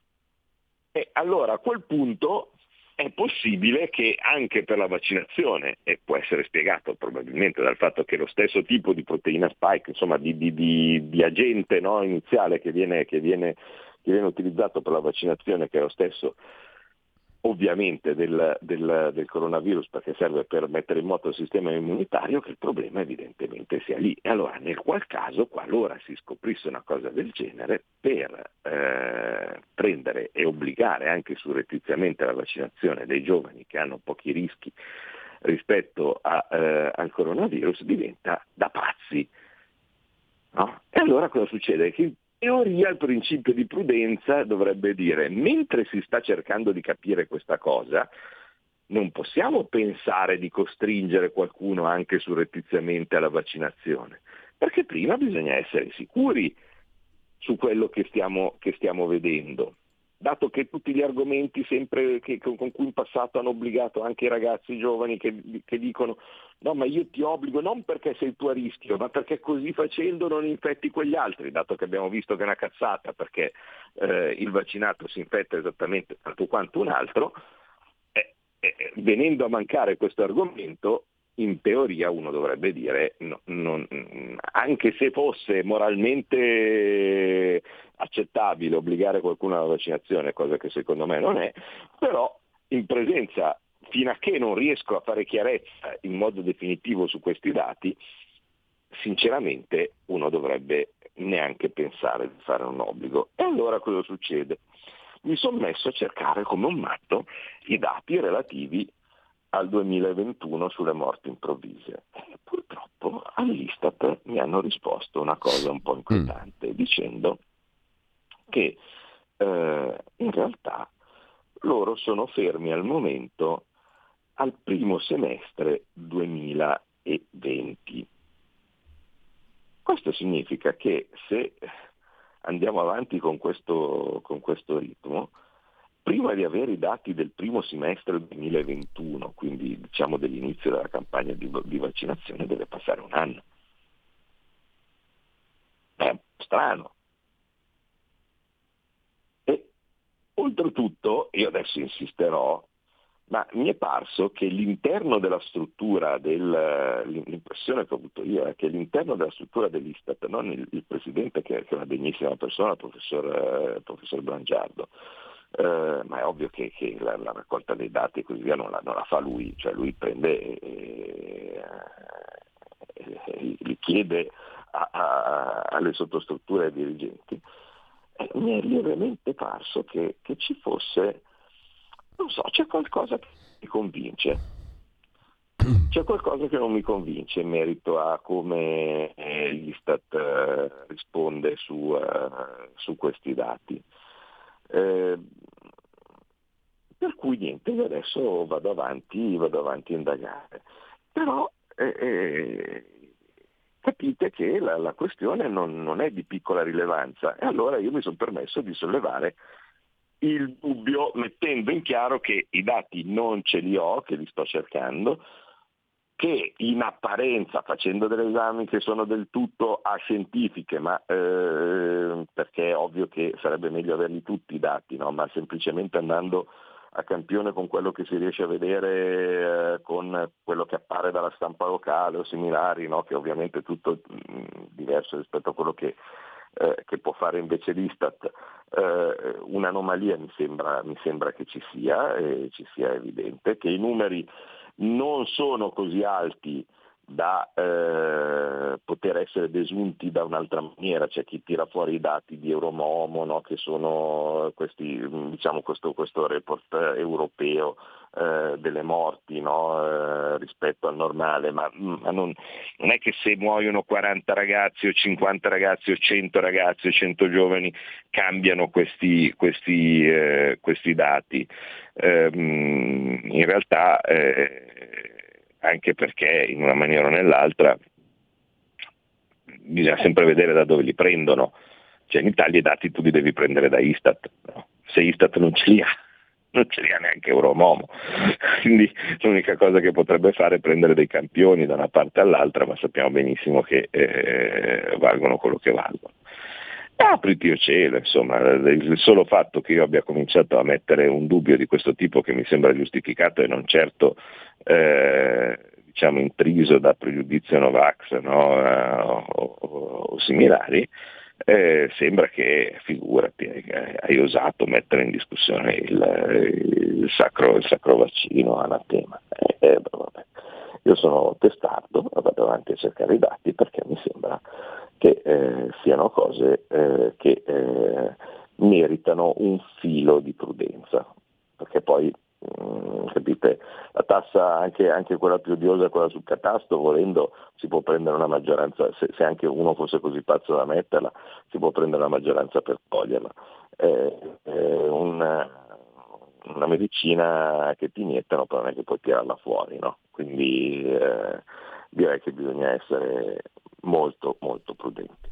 e allora a quel punto è possibile che anche per la vaccinazione, e può essere spiegato probabilmente dal fatto che lo stesso tipo di proteina spike, insomma di, di, di, di agente, no, iniziale che viene, che, viene, che viene utilizzato per la vaccinazione, che è lo stesso ovviamente del, del, del coronavirus, perché serve per mettere in moto il sistema immunitario, che il problema evidentemente sia lì. E allora nel qual caso, qualora si scoprisse una cosa del genere, per eh, prendere e obbligare anche surrettiziamente la vaccinazione dei giovani che hanno pochi rischi rispetto a, eh, al coronavirus, diventa da pazzi, no? E allora cosa succede? Che in teoria il principio di prudenza dovrebbe dire: mentre si sta cercando di capire questa cosa, non possiamo pensare di costringere qualcuno anche surrettiziamente alla vaccinazione, perché prima bisogna essere sicuri su quello che stiamo, che stiamo vedendo, dato che tutti gli argomenti sempre che, con cui in passato hanno obbligato anche i ragazzi giovani che, che dicono no, ma io ti obbligo non perché sei tu a rischio, ma perché così facendo non infetti quegli altri, dato che abbiamo visto che è una cazzata, perché eh, il vaccinato si infetta esattamente tanto quanto un altro, eh, eh, venendo a mancare questo argomento, in teoria uno dovrebbe dire, no, non, anche se fosse moralmente accettabile obbligare qualcuno alla vaccinazione, cosa che secondo me non è, però in presenza, fino a che non riesco a fare chiarezza in modo definitivo su questi dati, sinceramente uno dovrebbe neanche pensare di fare un obbligo. E allora cosa succede? Mi sono messo a cercare come un matto i dati relativi al duemilaventuno sulle morti improvvise. E purtroppo all'Istat mi hanno risposto una cosa un po' inquietante, mm. dicendo che eh, in realtà loro sono fermi al momento al primo semestre duemilaventi. Questo significa che se andiamo avanti con questo, con questo ritmo, prima di avere i dati del primo semestre duemilaventuno, quindi diciamo dell'inizio della campagna di, di vaccinazione, deve passare un anno. È strano. E oltretutto, io adesso insisterò, ma mi è parso che l'interno della struttura, del, l'impressione che ho avuto io è che l'interno della struttura dell'Istat, non il, il presidente che, che è una degnissima persona, il professor, eh, professor Brangiardo, eh, ma è ovvio che, che la, la raccolta dei dati e così via non la, non la fa lui, cioè lui prende e, e, e li chiede a, a, alle sottostrutture e ai dirigenti. E mi è lievemente parso che, che ci fosse, non so, c'è qualcosa che mi convince, c'è qualcosa che non mi convince in merito a come l'Istat eh, risponde su, uh, su questi dati. Eh, per cui niente, io adesso vado avanti, vado avanti a indagare. Però eh, eh, capite che la, la questione non, non è di piccola rilevanza, e allora io mi sono permesso di sollevare il dubbio, mettendo in chiaro che i dati non ce li ho, che li sto cercando, che in apparenza, facendo degli esami che sono del tutto ascientifiche, ma eh, perché è ovvio che sarebbe meglio averli tutti i dati, no? Ma semplicemente andando a campione con quello che si riesce a vedere, eh, con quello che appare dalla stampa locale o similari, no? Che ovviamente è tutto mh, diverso rispetto a quello che Eh, che può fare invece l'Istat, eh, un'anomalia mi sembra, mi sembra che ci sia, e ci sia evidente, che i numeri non sono così alti da eh, poter essere desunti da un'altra maniera. C'è chi tira fuori i dati di Euromomo, no, che sono questi, diciamo, questo, questo report europeo eh, delle morti, no, eh, rispetto al normale, ma, ma non, non è che se muoiono quaranta ragazzi o cinquanta ragazzi o cento ragazzi o cento giovani cambiano questi, questi, eh, questi dati. Eh, in realtà eh, anche perché in una maniera o nell'altra bisogna sempre vedere da dove li prendono. Cioè in Italia i dati tu li devi prendere da Istat, no? Se Istat non ce li ha, non ce li ha neanche Euromomo, quindi l'unica cosa che potrebbe fare è prendere dei campioni da una parte all'altra, ma sappiamo benissimo che eh, valgono quello che valgono. Apriti o cielo, insomma, il solo fatto che io abbia cominciato a mettere un dubbio di questo tipo, che mi sembra giustificato e non certo eh, diciamo intriso da pregiudizio Novax, no, eh, o, o, o similari, eh, sembra che, figurati, hai, hai osato mettere in discussione il, il, sacro, il sacro vaccino, anatema. Eh, eh, vabbè. Io sono testardo, vado avanti a cercare i dati perché mi sembra che eh, siano cose eh, che eh, meritano un filo di prudenza, perché poi mh, capite, la tassa, anche, anche quella più odiosa, quella sul catasto, volendo si può prendere una maggioranza, se, se anche uno fosse così pazzo da metterla, si può prendere una maggioranza per toglierla. Eh, eh, una, una medicina che ti iniettano, però non è che puoi tirarla fuori, no? Quindi eh, direi che bisogna essere molto molto prudenti.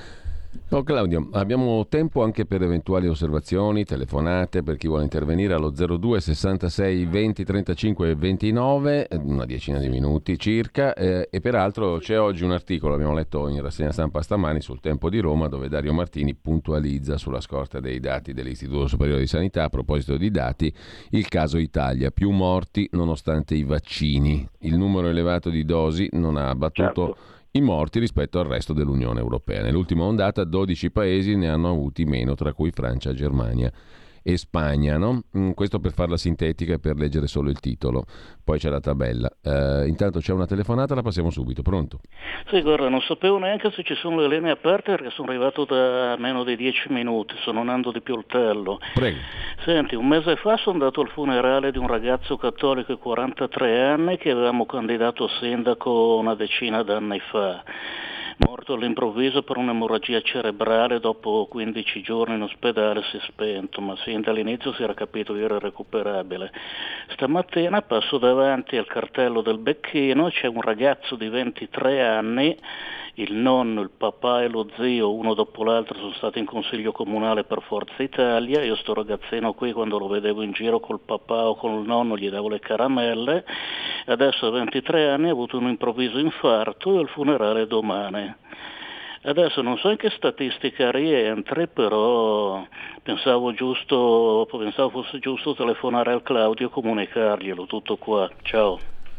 Oh, Claudio, abbiamo tempo anche per eventuali osservazioni, telefonate, per chi vuole intervenire allo zero due sessantasei venti trentacinque ventinove, una decina di minuti circa, eh, e peraltro c'è oggi un articolo, abbiamo letto in rassegna stampa stamani sul Tempo di Roma, dove Dario Martini puntualizza sulla scorta dei dati dell'Istituto Superiore di Sanità, a proposito di dati, il caso Italia, più morti nonostante i vaccini, il numero elevato di dosi non ha abbattuto certo i morti rispetto al resto dell'Unione Europea. Nell'ultima ondata dodici paesi ne hanno avuti meno, tra cui Francia, Germania e Spagna, no? Questo per farla sintetica e per leggere solo il titolo, poi c'è la tabella. Uh, intanto c'è una telefonata, la passiamo subito. Pronto? Sì, guarda, non sapevo neanche se ci sono le linee aperte perché sono arrivato da meno di dieci minuti, sono Nando di Pioltello. Prego. Senti, un mese fa sono andato al funerale di un ragazzo cattolico di quarantatré anni che avevamo candidato a sindaco una decina d'anni fa. Morto all'improvviso per un'emorragia cerebrale, dopo quindici giorni in ospedale si è spento, ma sin dall'inizio si era capito che era recuperabile. Stamattina passo davanti al cartello del Becchino, c'è un ragazzo di ventitré anni, il nonno, il papà e lo zio, uno dopo l'altro, sono stati in consiglio comunale per Forza Italia. Io sto ragazzino qui, quando lo vedevo in giro col papà o con il nonno, gli davo le caramelle. Adesso a ventitré anni ha avuto un improvviso infarto e il funerale è domani. Adesso non so in che statistica rientri, però pensavo giusto, pensavo fosse giusto telefonare al Claudio e comunicarglielo. Tutto qua. Ciao.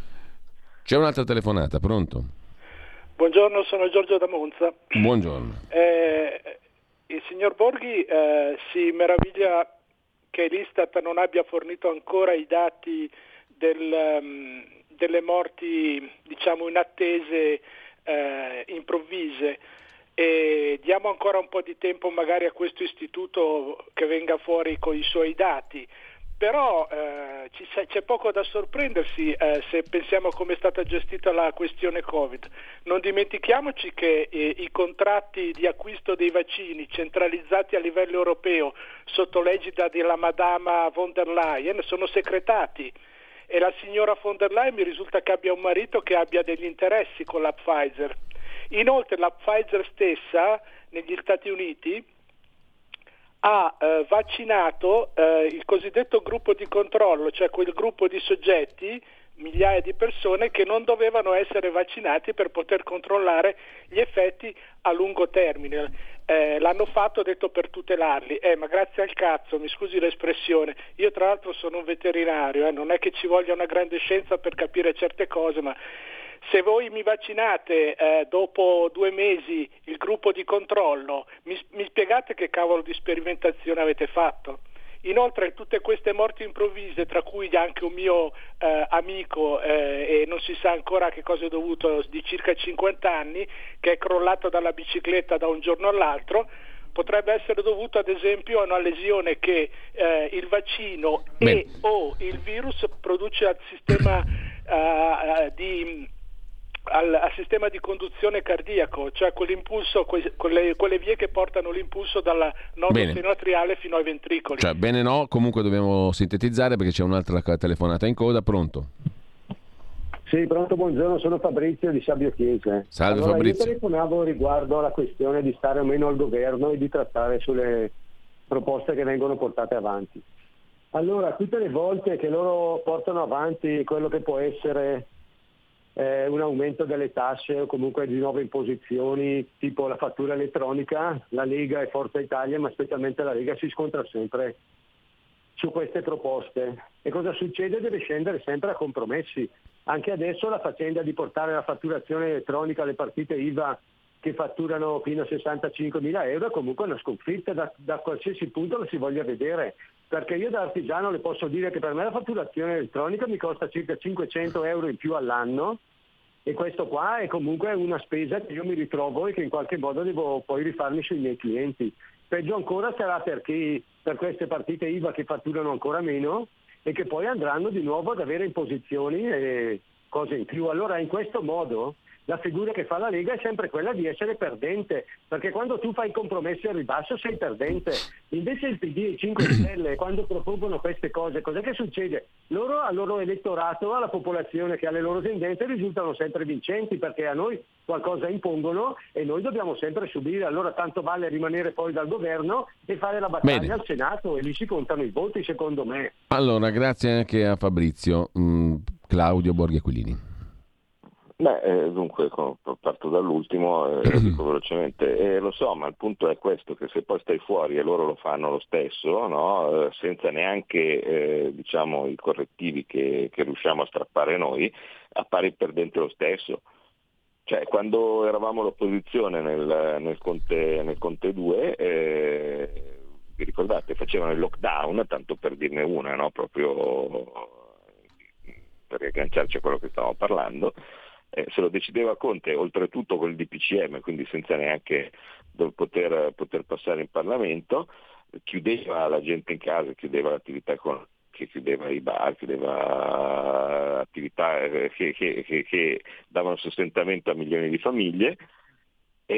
C'è un'altra telefonata, pronto? Buongiorno, sono Giorgio da Monza. Buongiorno. Eh, il signor Borghi eh, si meraviglia che l'Istat non abbia fornito ancora i dati del, um, delle morti, diciamo, inattese, eh, improvvise, e diamo ancora un po' di tempo magari a questo istituto che venga fuori con i suoi dati. Però eh, ci, c'è poco da sorprendersi eh, se pensiamo a come è stata gestita la questione Covid. Non dimentichiamoci che eh, i contratti di acquisto dei vaccini centralizzati a livello europeo sotto l'egida della Madama von der Leyen sono secretati, e la signora von der Leyen mi risulta che abbia un marito che abbia degli interessi con la Pfizer. Inoltre la Pfizer stessa negli Stati Uniti ha eh, vaccinato eh, il cosiddetto gruppo di controllo, cioè quel gruppo di soggetti, migliaia di persone che non dovevano essere vaccinati per poter controllare gli effetti a lungo termine. Eh, l'hanno fatto, detto, per tutelarli. Eh, ma grazie al cazzo, mi scusi l'espressione. Io tra l'altro sono un veterinario, eh, non è che ci voglia una grande scienza per capire certe cose, ma se voi mi vaccinate eh, dopo due mesi il gruppo di controllo, mi, mi spiegate che cavolo di sperimentazione avete fatto? Inoltre tutte queste morti improvvise, tra cui anche un mio eh, amico eh, e non si sa ancora a che cosa è dovuto, di circa cinquanta anni, che è crollato dalla bicicletta da un giorno all'altro, potrebbe essere dovuto ad esempio a una lesione che eh, il vaccino Bene. e o il virus produce al sistema uh, di al, al sistema di conduzione cardiaco, cioè quell'impulso, que, quelle, quelle vie che portano l'impulso dal nodo seno atriale fino ai ventricoli. Cioè, bene no, comunque dobbiamo sintetizzare perché c'è un'altra telefonata in coda. Pronto? Sì, pronto, buongiorno, sono Fabrizio di Sabbio Chiese. Salve allora, Fabrizio. Io telefonavo riguardo alla questione di stare o meno al governo e di trattare sulle proposte che vengono portate avanti. Allora, tutte le volte che loro portano avanti quello che può essere eh, un aumento delle tasse o comunque di nuove imposizioni, tipo la fattura elettronica, la Lega e Forza Italia, ma specialmente la Lega, si scontra sempre su queste proposte. E cosa succede? Deve scendere sempre a compromessi. Anche adesso la faccenda di portare la fatturazione elettronica alle partite I V A che fatturano fino a sessantacinquemila euro è comunque una sconfitta da, da qualsiasi punto lo si voglia vedere, perché io da artigiano le posso dire che per me la fatturazione elettronica mi costa circa cinquecento euro in più all'anno, e questo qua è comunque una spesa che io mi ritrovo e che in qualche modo devo poi rifarmi sui miei clienti. Peggio ancora sarà per chi, per queste partite I V A che fatturano ancora meno e che poi andranno di nuovo ad avere imposizioni e cose in più. Allora in questo modo la figura che fa la Lega è sempre quella di essere perdente, perché quando tu fai compromessi al ribasso sei perdente. Invece il P D e i cinque Stelle, quando propongono queste cose, cos'è che succede? Loro al loro elettorato, alla popolazione che ha le loro tendenze, risultano sempre vincenti, perché a noi qualcosa impongono e noi dobbiamo sempre subire. Allora tanto vale rimanere poi dal governo e fare la battaglia Bene. al Senato, e lì si contano i voti, secondo me. Allora, grazie anche a Fabrizio. Mm, Claudio Borghi Aquilini. Beh, eh, dunque parto dall'ultimo, eh, lo dico velocemente, eh, lo so, ma il punto è questo, che se poi stai fuori e loro lo fanno lo stesso, no? eh, senza neanche eh, diciamo i correttivi che, che riusciamo a strappare noi, appari perdente lo stesso. Cioè, quando eravamo l'opposizione nel, nel, Conte, nel Conte due, eh, vi ricordate, facevano il lockdown, tanto per dirne una, no? Proprio per agganciarci a quello che stavamo parlando. Eh, se lo decideva Conte, oltretutto con il D P C M, quindi senza neanche poter, poter passare in Parlamento, chiudeva la gente in casa, chiudeva l'attività economica, chiudeva i bar, chiudeva attività che, che, che, che davano sostentamento a milioni di famiglie, e,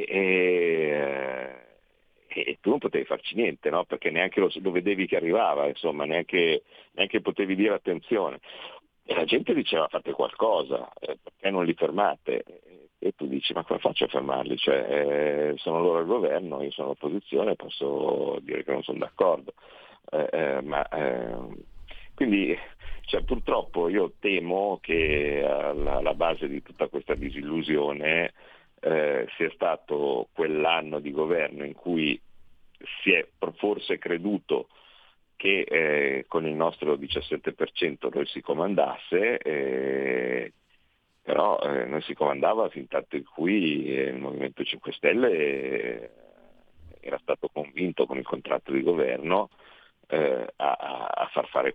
e, e tu non potevi farci niente, no? Perché neanche lo, lo vedevi che arrivava, insomma, neanche, neanche potevi dire attenzione. E la gente diceva fate qualcosa, eh, perché non li fermate? E tu dici ma come faccio a fermarli? Cioè, eh, sono loro al governo, io sono all'opposizione, posso dire che non sono d'accordo. Eh, eh, ma eh, quindi cioè, purtroppo io temo che alla, alla base di tutta questa disillusione eh, sia stato quell'anno di governo in cui si è forse creduto che eh, con il nostro diciassette per cento noi si comandasse, eh, però eh, noi si comandava fin tanto in cui eh, il Movimento cinque Stelle eh, era stato convinto con il contratto di governo eh, a, a far fare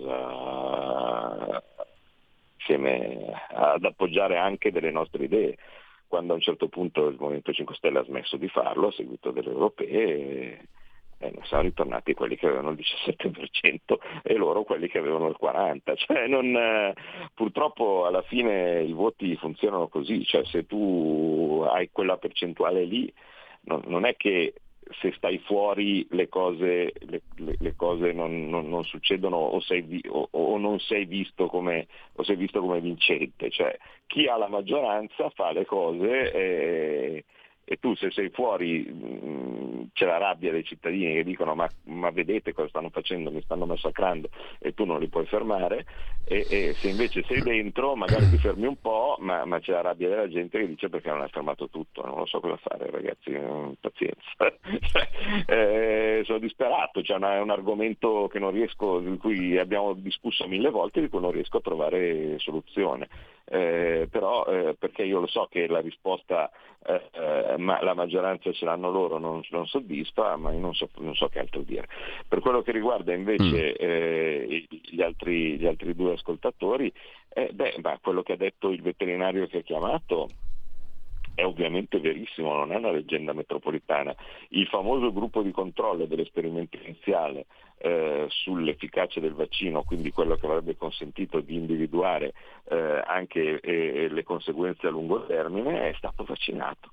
qualcosa insieme, ad appoggiare anche delle nostre idee. Quando a un certo punto il Movimento cinque Stelle ha smesso di farlo a seguito delle europee, Eh, non sono ritornati quelli che avevano il diciassette per cento e loro quelli che avevano il quaranta per cento. Cioè, non, eh, purtroppo alla fine i voti funzionano così, cioè se tu hai quella percentuale lì non, non è che se stai fuori le cose, le, le, le cose non, non, non succedono o, sei vi, o, o non sei visto come o sei visto come vincente. Cioè chi ha la maggioranza fa le cose e E tu se sei fuori mh, c'è la rabbia dei cittadini che dicono ma, ma vedete cosa stanno facendo, mi stanno massacrando, e tu non li puoi fermare, e, e se invece sei dentro magari ti fermi un po', ma, ma c'è la rabbia della gente che dice perché non hai fermato tutto, non lo so cosa fare ragazzi, pazienza. eh, sono sono disperato, cioè è un argomento che non riesco, di cui abbiamo discusso mille volte, di cui non riesco a trovare soluzione. Eh, però eh, perché io lo so che la risposta eh, eh, ma la maggioranza ce l'hanno loro, non, non soddisfa, ma io non so, non so che altro dire. Per quello che riguarda invece eh, gli, altri, gli altri due ascoltatori, eh, beh, ma quello che ha detto il veterinario che ha chiamato è ovviamente verissimo, non è una leggenda metropolitana. Il famoso gruppo di controllo dell'esperimento iniziale eh, sull'efficacia del vaccino, quindi quello che avrebbe consentito di individuare eh, anche eh, le conseguenze a lungo termine, è stato vaccinato.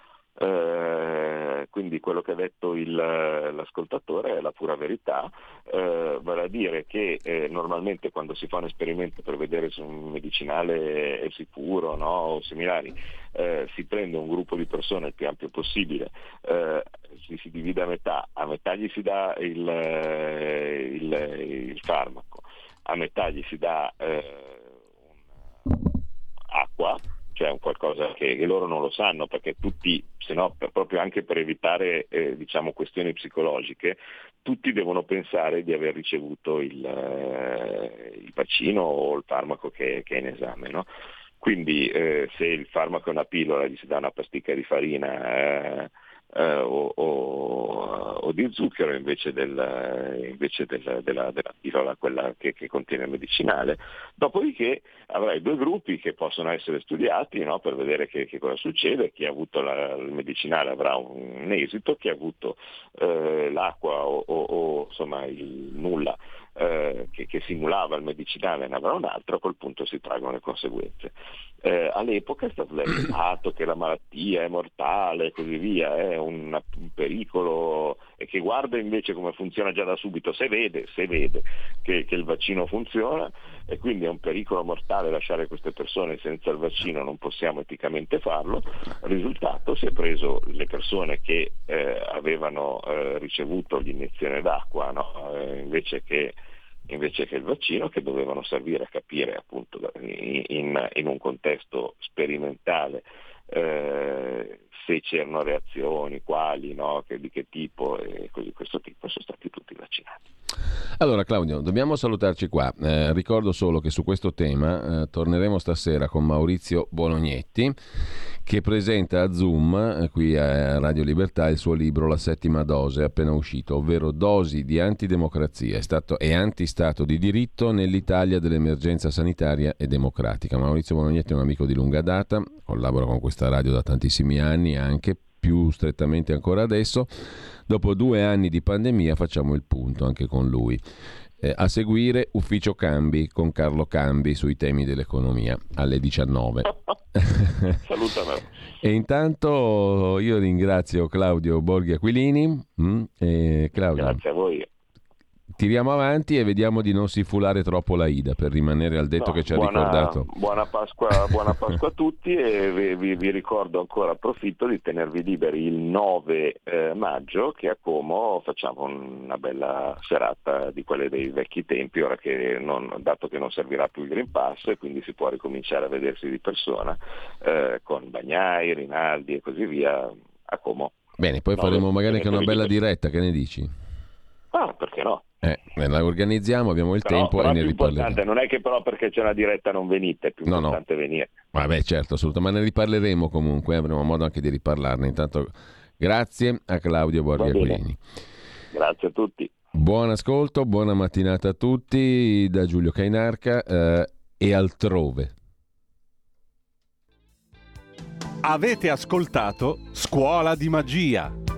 Eh, quindi quello che ha detto il, l'ascoltatore è la pura verità, eh, vale a dire che eh, normalmente quando si fa un esperimento per vedere se un medicinale è sicuro, no, o similari, eh, si prende un gruppo di persone il più ampio possibile, eh, si, si divide a metà, a metà gli si dà il, il, il farmaco, a metà gli si dà eh, acqua, cioè un qualcosa che, che loro non lo sanno, perché tutti, se no per, proprio anche per evitare eh, diciamo questioni psicologiche, tutti devono pensare di aver ricevuto il, eh, il vaccino o il farmaco che, che è in esame, no? Quindi eh, se il farmaco è una pillola, gli si dà una pasticca di farina eh, eh, o, o, o di zucchero invece, del, invece del, della, della pillola, quella che, che contiene il medicinale. Dopodiché avrai due gruppi che possono essere studiati, no, per vedere che, che cosa succede. Chi ha avuto la, il medicinale avrà un, un esito, chi ha avuto eh, l'acqua o, o, o insomma il nulla eh, che, che simulava il medicinale ne avrà un altro, a quel punto si traggono le conseguenze. Eh, all'epoca è stato detto che la malattia è mortale e così via, è un, un pericolo, e che guarda invece come funziona già da subito, se vede, se vede che, che il vaccino funziona, e quindi è un pericolo mortale lasciare queste persone senza il vaccino, non possiamo eticamente farlo. Risultato, si è preso le persone che eh, avevano eh, ricevuto l'iniezione d'acqua, no? eh, invece che invece che il vaccino, che dovevano servire a capire appunto in, in, in un contesto sperimentale eh, se c'erano reazioni, quali, no? che, di che tipo e così questo tipo, sono stati tutti vaccinati. Allora Claudio, dobbiamo salutarci qua. Eh, ricordo solo che su questo tema eh, torneremo stasera con Maurizio Bolognetti, che presenta a Zoom, eh, qui a Radio Libertà, il suo libro La settima dose, appena uscito, ovvero Dosi di antidemocrazia stato, e antistato di diritto nell'Italia dell'emergenza sanitaria e democratica. Maurizio Bolognetti è un amico di lunga data, collabora con questa radio da tantissimi anni, anche più strettamente ancora adesso. Dopo due anni di pandemia facciamo il punto anche con lui. Eh, a seguire Ufficio Cambi con Carlo Cambi sui temi dell'economia alle diciannove. Salutami. E intanto io ringrazio Claudio Borghi Aquilini. Mm, e Claudio, grazie a voi. Tiriamo avanti e vediamo di non sifulare troppo la Ida, per rimanere al detto no, che ci ha buona, ricordato. Buona Pasqua, buona Pasqua a tutti, e vi, vi, vi ricordo ancora, approfitto di tenervi liberi il nove eh, maggio, che a Como facciamo una bella serata di quelle dei vecchi tempi, ora che non, dato che non servirà più il Green Pass, e quindi si può ricominciare a vedersi di persona eh, con Bagnai, Rinaldi e così via a Como. Bene, poi no, faremo magari anche una bella diretta, che ne dici? Ah, perché no? Eh, la organizziamo, abbiamo il però, tempo però e ne riparleremo. Non è che però perché c'è una diretta non venite, è più no, importante no. venire. Vabbè, certo, assolutamente, ma ne riparleremo comunque, avremo modo anche di riparlarne. Intanto grazie a Claudio Borghi Aquilini. Grazie a tutti. Buon ascolto, buona mattinata a tutti da Giulio Cainarca eh, e altrove. Avete ascoltato Scuola di Magia.